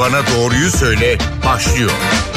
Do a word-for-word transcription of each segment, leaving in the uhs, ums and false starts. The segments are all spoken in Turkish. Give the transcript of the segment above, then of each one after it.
Bana Doğruyu Söyle başlıyor.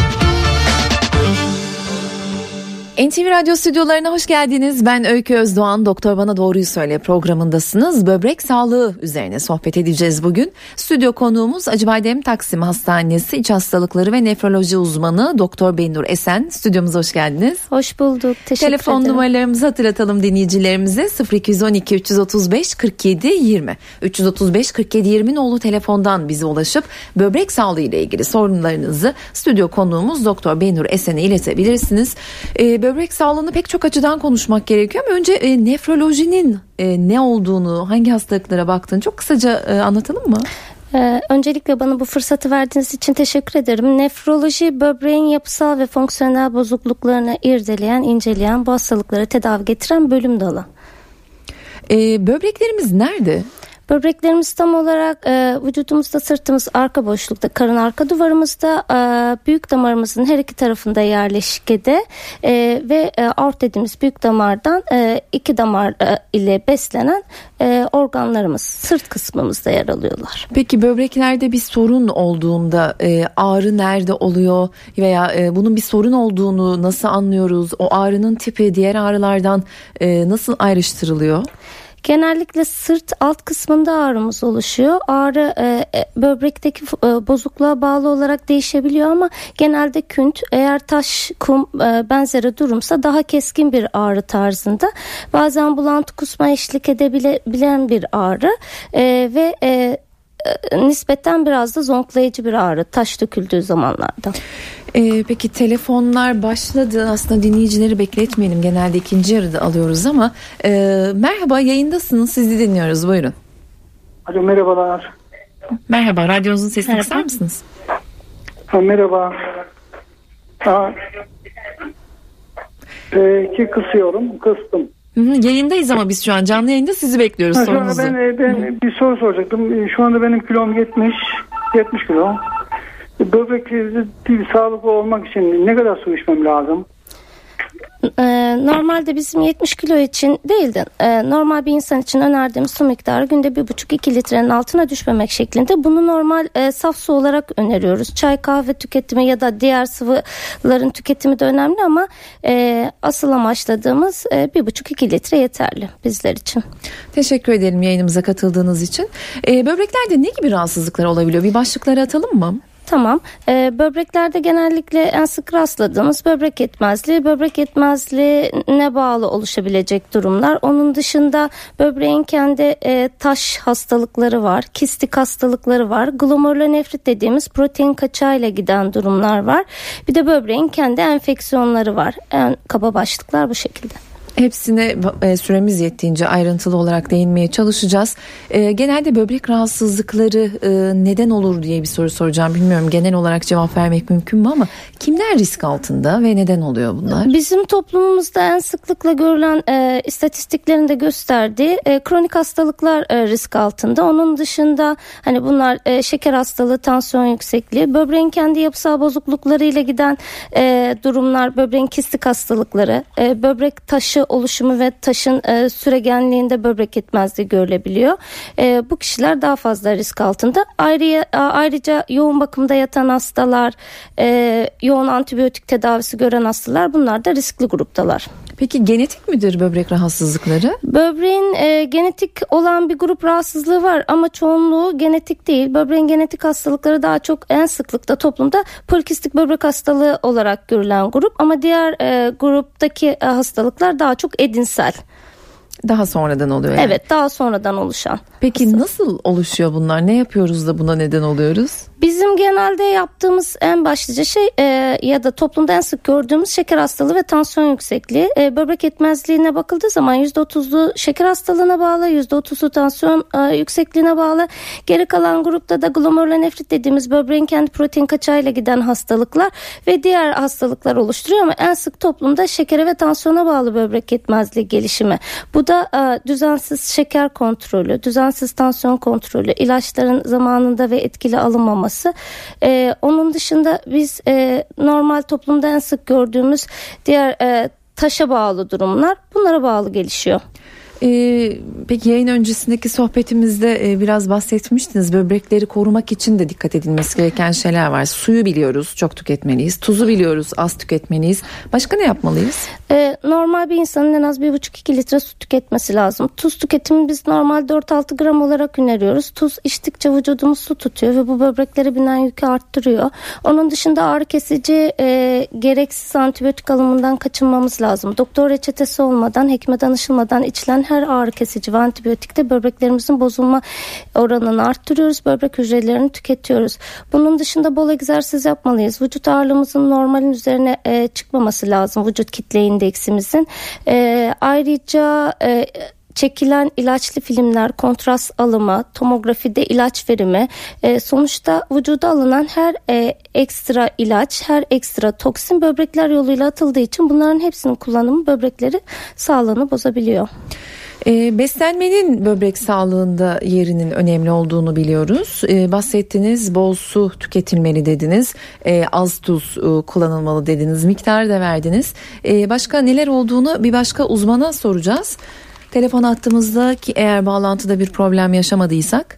N T V Radyo stüdyolarına hoş geldiniz. Ben Öykü Özdoğan. Doktor Bana Doğruyu Söyle programındasınız. Böbrek sağlığı üzerine sohbet edeceğiz bugün. Stüdyo konuğumuz Acıbadem Taksim Hastanesi İç Hastalıkları ve Nefroloji uzmanı Doktor Benur Esen. Stüdyomuza hoş geldiniz. Hoş bulduk. Teşekkür Telefon ederim. Telefon numaralarımızı hatırlatalım dinleyicilerimize. sıfır iki on iki üç otuz beş kırk yedi yirmi üç otuz beş kırk yedi yirmi nolu telefondan bize ulaşıp böbrek sağlığı ile ilgili sorunlarınızı stüdyo konuğumuz Doktor Benur Esen'e iletebilirsiniz. Ee, Böbrek sağlığını pek çok açıdan konuşmak gerekiyor ama önce e, nefrolojinin e, ne olduğunu, hangi hastalıklara baktığını çok kısaca e, anlatalım mı? Ee, öncelikle bana bu fırsatı verdiğiniz için teşekkür ederim. Nefroloji, böbreğin yapısal ve fonksiyonel bozukluklarını irdeleyen, inceleyen, bu hastalıkları tedavi getiren bölüm dalı. E, böbreklerimiz nerede? Böbreklerimiz tam olarak e, vücudumuzda, sırtımız arka boşlukta, karın arka duvarımızda, e, büyük damarımızın her iki tarafında yerleşkede e, ve e, aort dediğimiz büyük damardan e, iki damar e, ile beslenen e, organlarımız sırt kısmımızda yer alıyorlar. Peki böbreklerde bir sorun olduğunda e, ağrı nerede oluyor veya e, bunun bir sorun olduğunu nasıl anlıyoruz? O ağrının tipi diğer ağrılardan e, nasıl ayrıştırılıyor? Genellikle sırt alt kısmında ağrımız oluşuyor. Ağrı e, böbrekteki e, bozukluğa bağlı olarak değişebiliyor ama genelde künt, eğer taş, kum e, benzeri durumsa daha keskin bir ağrı tarzında. Bazen bulantı, kusma eşlik edebilen bir ağrı e, ve e, e, nispeten biraz da zonklayıcı bir ağrı taş döküldüğü zamanlarda. Ee, peki telefonlar başladı. Aslında dinleyicileri bekletmeyelim. Genelde ikinci yarıda alıyoruz ama e, merhaba, yayındasınız. Sizi dinliyoruz. Buyurun. Alo, merhabalar. Merhaba. Radyonuzun sesini Merhaba. kısar mısınız? Ha, merhaba. Ha, peki kısıyorum. Kıstım. Hı hı, yayındayız ama biz şu an canlı yayında sizi bekliyoruz. Ha, şu anda sorunuzu. ben, ben bir soru soracaktım. Şu anda benim kilom yetmiş. yetmiş kilo. Böbrek bir sağlıklı olmak için ne kadar su içmem lazım? Ee, normalde bizim yetmiş kilo için değil de e, normal bir insan için önerdiğimiz su miktarı günde bir buçuk iki litrenin altına düşmemek şeklinde. Bunu normal e, saf su olarak öneriyoruz. Çay, kahve tüketimi ya da diğer sıvıların tüketimi de önemli ama e, asıl amaçladığımız e, bir buçuk iki litre yeterli bizler için. Teşekkür edelim yayınımıza katıldığınız için. Ee, böbreklerde ne gibi rahatsızlıklar olabiliyor? Bir başlıkları atalım mı? Tamam. Ee, böbreklerde genellikle en sık rastladığımız böbrek yetmezliği, böbrek yetmezliğine bağlı oluşabilecek durumlar. Onun dışında böbreğin kendi e, taş hastalıkları var, kistik hastalıkları var, glomerulonefrit dediğimiz protein kaçağıyla giden durumlar var. Bir de böbreğin kendi enfeksiyonları var. En kaba başlıklar bu şekilde. Hepsine e, süremiz yettiğince ayrıntılı olarak değinmeye çalışacağız. E, genelde böbrek rahatsızlıkları e, neden olur diye bir soru soracağım. Bilmiyorum genel olarak cevap vermek mümkün mü ama kimler risk altında ve neden oluyor bunlar? Bizim toplumumuzda en sıklıkla görülen e, istatistiklerin de gösterdiği e, kronik hastalıklar e, risk altında. Onun dışında hani bunlar e, şeker hastalığı, tansiyon yüksekliği, böbreğin kendi yapısal bozukluklarıyla giden e, durumlar, böbreğin kistik hastalıkları, e, böbrek taşı oluşumu ve taşın e, süregenliğinde böbrek yetmezliği görülebiliyor. E, bu kişiler daha fazla risk altında. Ayrıca, ayrıca yoğun bakımda yatan hastalar, e, yoğun antibiyotik tedavisi gören hastalar, bunlar da riskli gruptalar. Peki genetik midir böbrek rahatsızlıkları? Böbreğin e, genetik olan bir grup rahatsızlığı var ama çoğunluğu genetik değil. Böbreğin genetik hastalıkları daha çok en sıklıkta toplumda polikistik böbrek hastalığı olarak görülen grup ama diğer e, gruptaki e, hastalıklar daha çok edinsel. Daha sonradan oluyor yani. Evet, daha sonradan oluşan. Peki hastalık. Nasıl oluşuyor bunlar? Ne yapıyoruz da buna neden oluyoruz? Bizim genelde yaptığımız en başlıca şey e, ya da toplumda en sık gördüğümüz şeker hastalığı ve tansiyon yüksekliği. E, böbrek yetmezliğine bakıldığı zaman yüzde otuzlu şeker hastalığına bağlı, yüzde otuzlu tansiyon e, yüksekliğine bağlı. Geri kalan grupta da glomerulonefrit dediğimiz böbreğin kendi protein kaçağıyla giden hastalıklar ve diğer hastalıklar oluşturuyor ama en sık toplumda şekere ve tansiyona bağlı böbrek yetmezliği gelişimi. Bu da e, düzensiz şeker kontrolü, düzensiz tansiyon kontrolü, ilaçların zamanında ve etkili alınmaması. Ee, onun dışında biz e, normal toplumda en sık gördüğümüz diğer e, taşa bağlı durumlar bunlara bağlı gelişiyor. Ee, peki yayın öncesindeki sohbetimizde e, biraz bahsetmiştiniz. Böbrekleri korumak için de dikkat edilmesi gereken şeyler var. Suyu biliyoruz, çok tüketmeliyiz. Tuzu biliyoruz, az tüketmeliyiz. Başka ne yapmalıyız? Ee, normal bir insanın en az bir buçuk iki litre su tüketmesi lazım. Tuz tüketimi biz normal dört altı gram olarak öneriyoruz. Tuz içtikçe vücudumuz su tutuyor ve bu böbreklere binen yükü arttırıyor. Onun dışında ağrı kesici e, gereksiz antibiyotik alımından kaçınmamız lazım. Doktor reçetesi olmadan, hekime danışılmadan içilen her ağrı kesici ve antibiyotikte böbreklerimizin bozulma oranını arttırıyoruz. Böbrek hücrelerini tüketiyoruz. Bunun dışında bol egzersiz yapmalıyız. Vücut ağırlığımızın normalin üzerine e, çıkmaması lazım. Vücut kitle indeksimizin. E, ayrıca e, çekilen ilaçlı filmler, kontrast alımı, tomografide ilaç verimi, e, sonuçta vücuda alınan her e, ekstra ilaç, her ekstra toksin böbrekler yoluyla atıldığı için bunların hepsinin kullanımı böbrekleri sağlığını bozabiliyor. E, beslenmenin böbrek sağlığında yerinin önemli olduğunu biliyoruz. E, bahsettiniz, bol su tüketilmeli dediniz, e, az tuz e, kullanılmalı dediniz, miktar da verdiniz. E, başka neler olduğunu bir başka uzmana soracağız. Telefon attığımızda, ki eğer bağlantıda bir problem yaşamadıysak,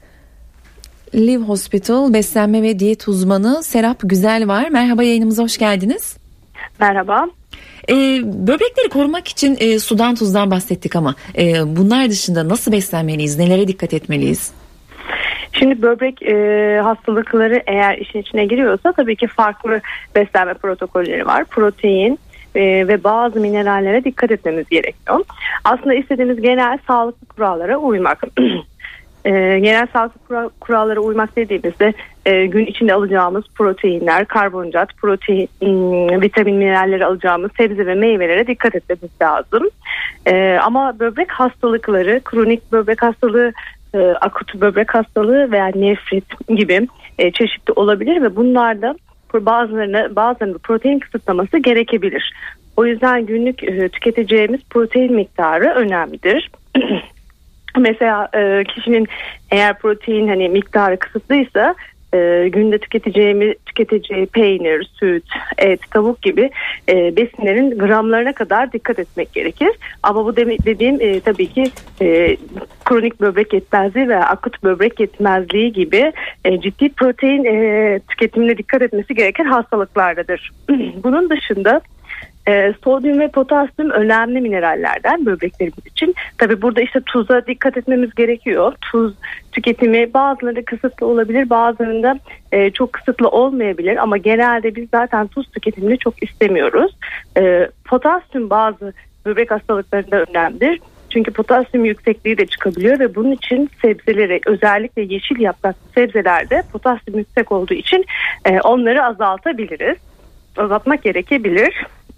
Live Hospital beslenme ve diyet uzmanı Serap Güzel var. Merhaba, yayınımıza hoş geldiniz. Merhaba. Ee, böbrekleri korumak için e, sudan tuzdan bahsettik ama e, bunlar dışında nasıl beslenmeliyiz, nelere dikkat etmeliyiz? Şimdi böbrek e, hastalıkları eğer işin içine giriyorsa tabii ki farklı beslenme protokolleri var. Protein e, ve bazı minerallere dikkat etmemiz gerekiyor. Aslında istediğimiz genel sağlıklı kurallara uymak. E, genel sağlıklı kura, kurallara uymak dediğimizde e, gün içinde alacağımız proteinler, karbonhidrat, protein, m, vitamin, mineralleri alacağımız sebze ve meyvelere dikkat etmemiz lazım. E, ama böbrek hastalıkları, kronik böbrek hastalığı, e, akut böbrek hastalığı veya nefrit gibi e, çeşitli olabilir ve bunlarda bazılarına bazılarında protein kısıtlaması gerekebilir. O yüzden günlük e, tüketeceğimiz protein miktarı önemlidir. Mesela e, kişinin eğer protein hani miktarı kısıtlıysa e, günde tüketeceğimiz tüketeceği peynir, süt, et, tavuk gibi e, besinlerin gramlarına kadar dikkat etmek gerekir. Ama bu de, dediğim e, tabii ki e, kronik böbrek yetmezliği veya akut böbrek yetmezliği gibi e, ciddi protein e, tüketimine dikkat etmesi gereken hastalıklardadır. Bunun dışında E, sodyum ve potasyum önemli minerallerden böbreklerimiz için. Tabii burada işte tuza dikkat etmemiz gerekiyor. Tuz tüketimi bazılarında kısıtlı olabilir, bazılarında e, çok kısıtlı olmayabilir ama genelde biz zaten tuz tüketimini çok istemiyoruz. E, potasyum bazı böbrek hastalıklarında önemlidir. Çünkü potasyum yüksekliği de çıkabiliyor ve bunun için sebzeleri, özellikle yeşil yapraklı sebzelerde potasyum yüksek olduğu için e, onları azaltabiliriz. Azaltmak gerekebilir.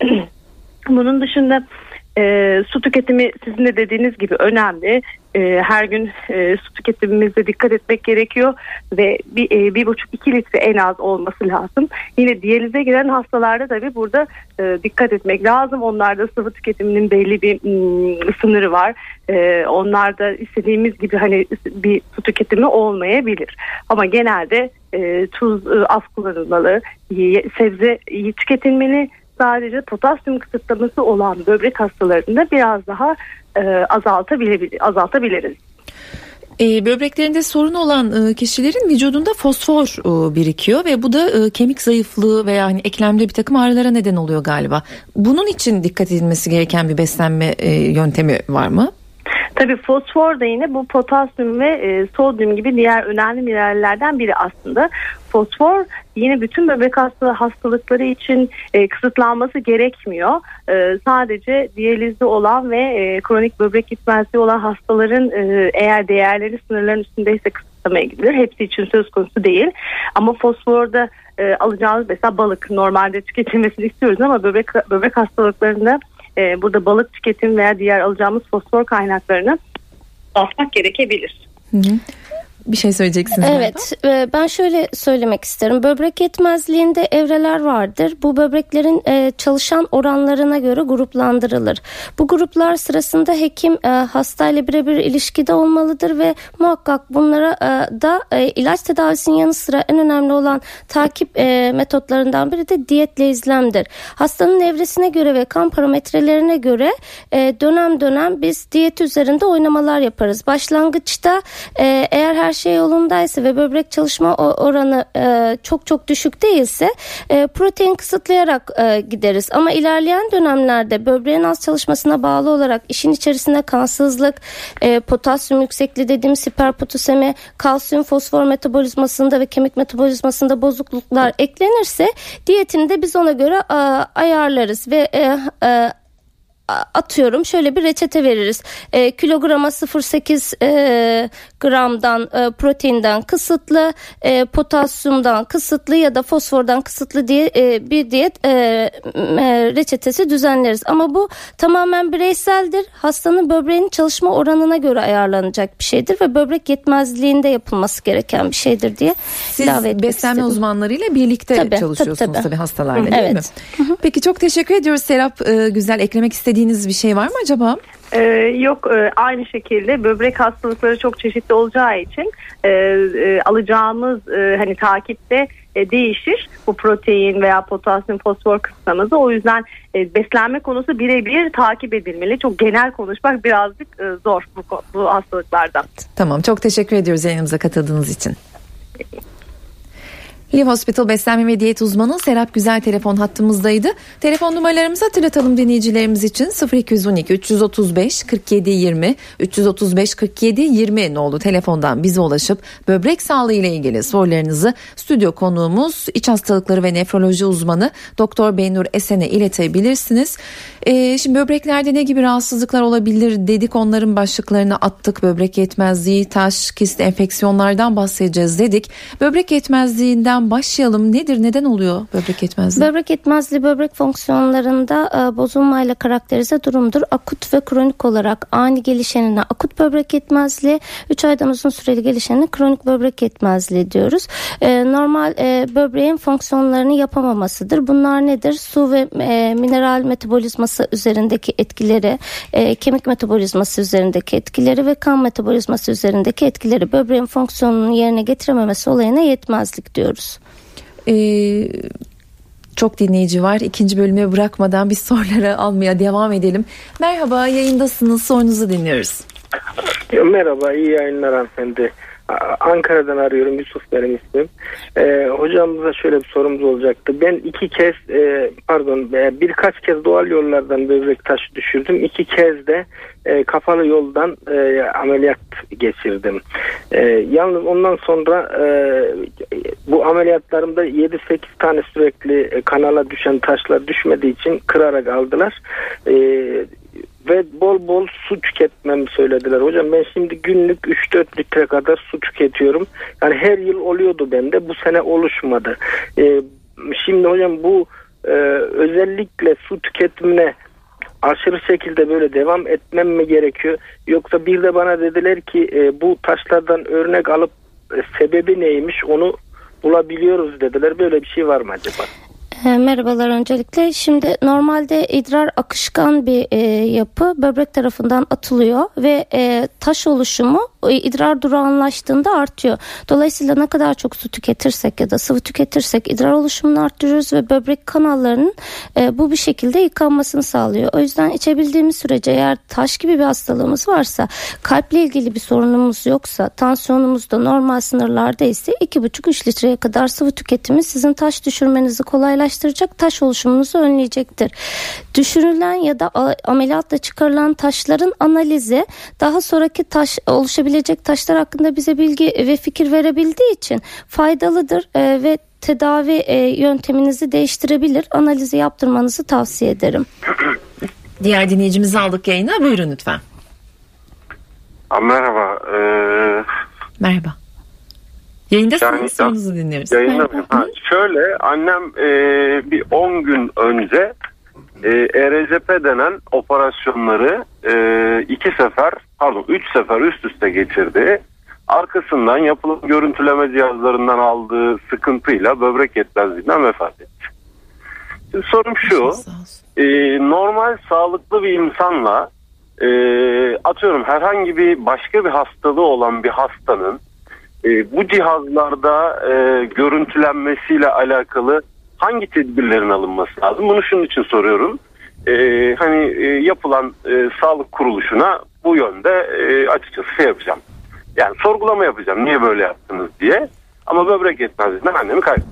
Bunun dışında e, su tüketimi sizin de dediğiniz gibi önemli. E, her gün e, su tüketimimize dikkat etmek gerekiyor ve bir, e, bir buçuk iki litre en az olması lazım. Yine diyalize giren hastalarda tabii burada e, dikkat etmek lazım. Onlarda sıvı tüketiminin belli bir m, sınırı var. E, onlarda istediğimiz gibi hani bir su tüketimi olmayabilir. Ama genelde e, tuz e, az kullanılmalı, e, sebze iyi tüketilmeli. Sadece potasyum kısıtlaması olan böbrek hastalarında biraz daha e, azaltabilir, azaltabiliriz. E, böbreklerinde sorun olan e, kişilerin vücudunda fosfor e, birikiyor ve bu da e, kemik zayıflığı veya hani eklemde bir takım ağrılara neden oluyor galiba. Bunun için dikkat edilmesi gereken bir beslenme e, yöntemi var mı? Tabii fosfor da yine bu potasyum ve e, sodyum gibi diğer önemli minerallerden biri aslında. Fosfor yine bütün böbrek hastalığı hastalıkları için e, kısıtlanması gerekmiyor. E, sadece diyalizde olan ve e, kronik böbrek yetmezliği olan hastaların e, eğer değerleri sınırların üstündeyse kısıtlamaya gidilir. Hepsi için söz konusu değil. Ama fosforda e, alacağınız mesela balık normalde tüketilmesini istiyoruz ama böbrek böbrek hastalıklarında Ee, burada balık tüketim veya diğer alacağımız fosfor kaynaklarını azaltmak gerekebilir. Hı hı. bir şey söyleyeceksiniz. Evet, e, ben şöyle söylemek isterim. Böbrek yetmezliğinde evreler vardır. Bu böbreklerin e, çalışan oranlarına göre gruplandırılır. Bu gruplar sırasında hekim e, hastayla birebir ilişkide olmalıdır ve muhakkak bunlara e, da e, ilaç tedavisinin yanı sıra en önemli olan takip e, metotlarından biri de diyetle izlemdir. Hastanın evresine göre ve kan parametrelerine göre e, dönem dönem biz diyet üzerinde oynamalar yaparız. Başlangıçta e, eğer her şey yolundaysa ve böbrek çalışma oranı e, çok çok düşük değilse e, protein kısıtlayarak e, gideriz. Ama ilerleyen dönemlerde böbreğin az çalışmasına bağlı olarak işin içerisine kansızlık, e, potasyum yüksekliği dediğimiz hiperpotasemi, kalsiyum fosfor metabolizmasında ve kemik metabolizmasında bozukluklar eklenirse diyetini de biz ona göre e, ayarlarız ve e, e, atıyorum şöyle bir reçete veririz. E, kilograma sıfır virgül sekiz e, gramdan e, proteinden kısıtlı, e, potasyumdan kısıtlı ya da fosfordan kısıtlı diye e, bir diyet e, e, reçetesi düzenleriz. Ama bu tamamen bireyseldir. Hastanın böbreğinin çalışma oranına göre ayarlanacak bir şeydir ve böbrek yetmezliğinde yapılması gereken bir şeydir diye Siz ilave etmek beslenme istedim. uzmanlarıyla birlikte tabii, çalışıyorsunuz tabii, tabii. tabii hastalarla, değil evet. mi? Hı hı. Peki çok teşekkür ediyoruz Serap. Ee, güzel, eklemek istediğiniz bir şey var mı acaba? Ee, yok e, aynı şekilde böbrek hastalıkları çok çeşitli olacağı için e, e, alacağımız e, hani takipte e, değişir bu protein veya potasyum fosfor kısmımızı. O yüzden e, beslenme konusu birebir takip edilmeli. Çok genel konuşmak birazcık e, zor bu, bu hastalıklardan. Tamam, çok teşekkür ediyoruz yayınımıza katıldığınız için. Liv Hospital beslenme ve diyet uzmanı Serap Güzel telefon hattımızdaydı. Telefon numaralarımızı hatırlatalım dinleyicilerimiz için. sıfır iki on iki üç otuz beş kırk yedi yirmi üç otuz beş kırk yedi yirmi nolu telefondan bize ulaşıp böbrek sağlığı ile ilgili sorularınızı stüdyo konuğumuz iç hastalıkları ve nefroloji uzmanı Doktor Benur Esen'e iletebilirsiniz. Ee, şimdi böbreklerde ne gibi rahatsızlıklar olabilir dedik, onların başlıklarını attık. Böbrek yetmezliği, taş, kist, enfeksiyonlardan bahsedeceğiz dedik. Böbrek yetmezliğinden başlayalım. Nedir? Neden oluyor böbrek yetmezliği? Böbrek yetmezliği böbrek fonksiyonlarında e, bozulmayla karakterize durumdur. Akut ve kronik olarak ani gelişenine akut böbrek yetmezliği, üç aydan uzun süreli gelişenine kronik böbrek yetmezliği diyoruz. E, normal e, böbreğin fonksiyonlarını yapamamasıdır. Bunlar nedir? Su ve e, mineral metabolizması üzerindeki etkileri, e, kemik metabolizması üzerindeki etkileri ve kan metabolizması üzerindeki etkileri, böbreğin fonksiyonunu yerine getirememesi olayına yetmezlik diyoruz. Ee, çok dinleyici var. İkinci bölüme bırakmadan biz soruları almaya devam edelim. Merhaba, yayındasınız. Sorunuzu dinliyoruz. Merhaba, iyi yayınlar hanımefendi. Ankara'dan arıyorum, Yusuf benim ismim. Ee, hocamıza şöyle bir sorumuz olacaktı. Ben iki kez e, pardon birkaç kez doğal yollardan böbrek taşı düşürdüm. İki kez de e, kapalı yoldan e, ameliyat geçirdim. E, yalnız ondan sonra e, bu ameliyatlarımda yedi sekiz tane sürekli kanala düşen taşlar düşmediği için kırarak aldılar. E, Ve bol bol su tüketmemi söylediler. Hocam ben şimdi günlük üç dört litre kadar su tüketiyorum. Yani her yıl oluyordu bende. Bu sene oluşmadı. Ee, şimdi hocam bu e, özellikle su tüketimine aşırı şekilde böyle devam etmem mi gerekiyor? Yoksa bir de bana dediler ki e, bu taşlardan örnek alıp e, sebebi neymiş onu bulabiliyoruz dediler. Böyle bir şey var mı acaba? Merhabalar öncelikle. Şimdi normalde idrar akışkan bir e, yapı, böbrek tarafından atılıyor ve e, taş oluşumu e, idrar durağanlaştığında artıyor. Dolayısıyla ne kadar çok su tüketirsek ya da sıvı tüketirsek idrar oluşumunu arttırıyoruz ve böbrek kanallarının e, bu bir şekilde yıkanmasını sağlıyor. O yüzden içebildiğimiz sürece, eğer taş gibi bir hastalığımız varsa, kalple ilgili bir sorunumuz yoksa, tansiyonumuz da normal sınırlarda ise iki buçuk üç litreye kadar sıvı tüketimi sizin taş düşürmenizi kolaylaştıracak, taş oluşumunuzu önleyecektir. Düşürülen ya da ameliyatla çıkarılan taşların analizi daha sonraki taş oluşabilecek taşlar hakkında bize bilgi ve fikir verebildiği için faydalıdır e, ve tedavi e, yönteminizi değiştirebilir. Analizi yaptırmanızı tavsiye ederim. Diğer dinleyicimizi aldık yayına. Buyurun lütfen. Merhaba. Ee... Merhaba. Yayındasınız, yani, sorunuzu dinliyoruz. Yayında ha, şöyle annem e, bir on gün önce e, E R C P denen operasyonları e, iki sefer pardon üç sefer üst üste geçirdi. Arkasından yapılan görüntüleme cihazlarından aldığı sıkıntıyla böbrek yetmezliğinden vefat etti. Şimdi sorum şu, e, normal sağlıklı bir insanla e, atıyorum herhangi bir başka bir hastalığı olan bir hastanın e, bu cihazlarda e, görüntülenmesiyle alakalı hangi tedbirlerin alınması lazım? Bunu şunun için soruyorum. E, hani e, yapılan e, sağlık kuruluşuna bu yönde e, açıkçası şey yapacağım. Yani sorgulama yapacağım. Niye böyle yaptınız diye. Ama böbrek yetmezliğinden annemi kaybettim.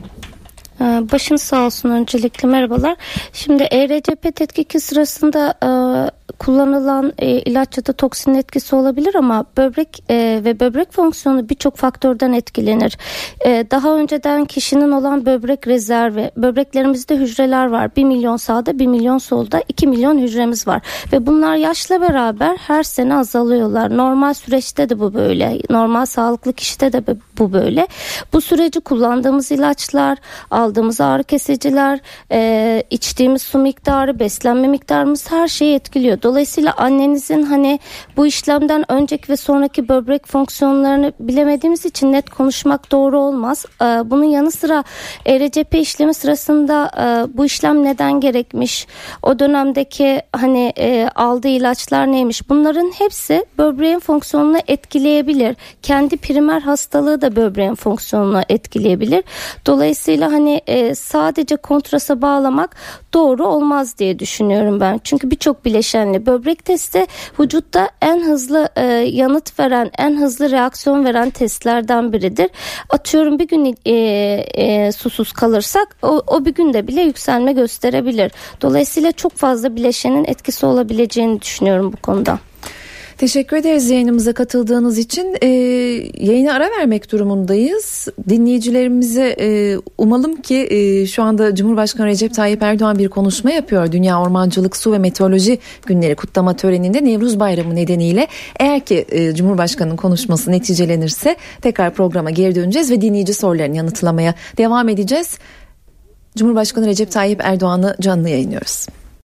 Başın sağ olsun, öncelikle merhabalar. Şimdi E R C P tetkiki sırasında e, kullanılan e, ilaç ya da toksin etkisi olabilir ama böbrek e, ve böbrek fonksiyonu birçok faktörden etkilenir. E, daha önceden kişinin olan böbrek rezervi, böbreklerimizde hücreler var. bir milyon sağda, bir milyon solda, iki milyon hücremiz var. Ve bunlar yaşla beraber her sene azalıyorlar. Normal süreçte de bu böyle. Normal sağlıklı kişide de bu böyle. Bu süreci kullandığımız ilaçlar, aldığımız ağrı kesiciler, e, içtiğimiz su miktarı, beslenme miktarımız her şeyi etkiliyor. Dolayısıyla annenizin hani bu işlemden önceki ve sonraki böbrek fonksiyonlarını bilemediğimiz için net konuşmak doğru olmaz. E, bunun yanı sıra E R C P işlemi sırasında e, bu işlem neden gerekmiş? O dönemdeki hani e, aldığı ilaçlar neymiş? Bunların hepsi böbreğin fonksiyonunu etkileyebilir. Kendi primer hastalığı da böbreğin fonksiyonunu etkileyebilir. Dolayısıyla hani e, sadece kontrasa bağlamak doğru olmaz diye düşünüyorum ben. Çünkü birçok bileşenli böbrek testi vücutta en hızlı e, yanıt veren, en hızlı reaksiyon veren testlerden biridir. Atıyorum bir gün e, e, susuz kalırsak o, o bir günde bile yükselme gösterebilir. Dolayısıyla çok fazla bileşenin etkisi olabileceğini düşünüyorum bu konuda. Teşekkür ederiz yayınımıza katıldığınız için. Ee, yayına ara vermek durumundayız. Dinleyicilerimize e, umalım ki e, şu anda Cumhurbaşkanı Recep Tayyip Erdoğan bir konuşma yapıyor. Dünya Ormancılık, Su ve Meteoroloji Günleri kutlama töreninde Nevruz Bayramı nedeniyle. Eğer ki e, Cumhurbaşkanı'nın konuşması neticelenirse tekrar programa geri döneceğiz ve dinleyici sorularını yanıtlamaya devam edeceğiz. Cumhurbaşkanı Recep Tayyip Erdoğan'ı canlı yayınlıyoruz.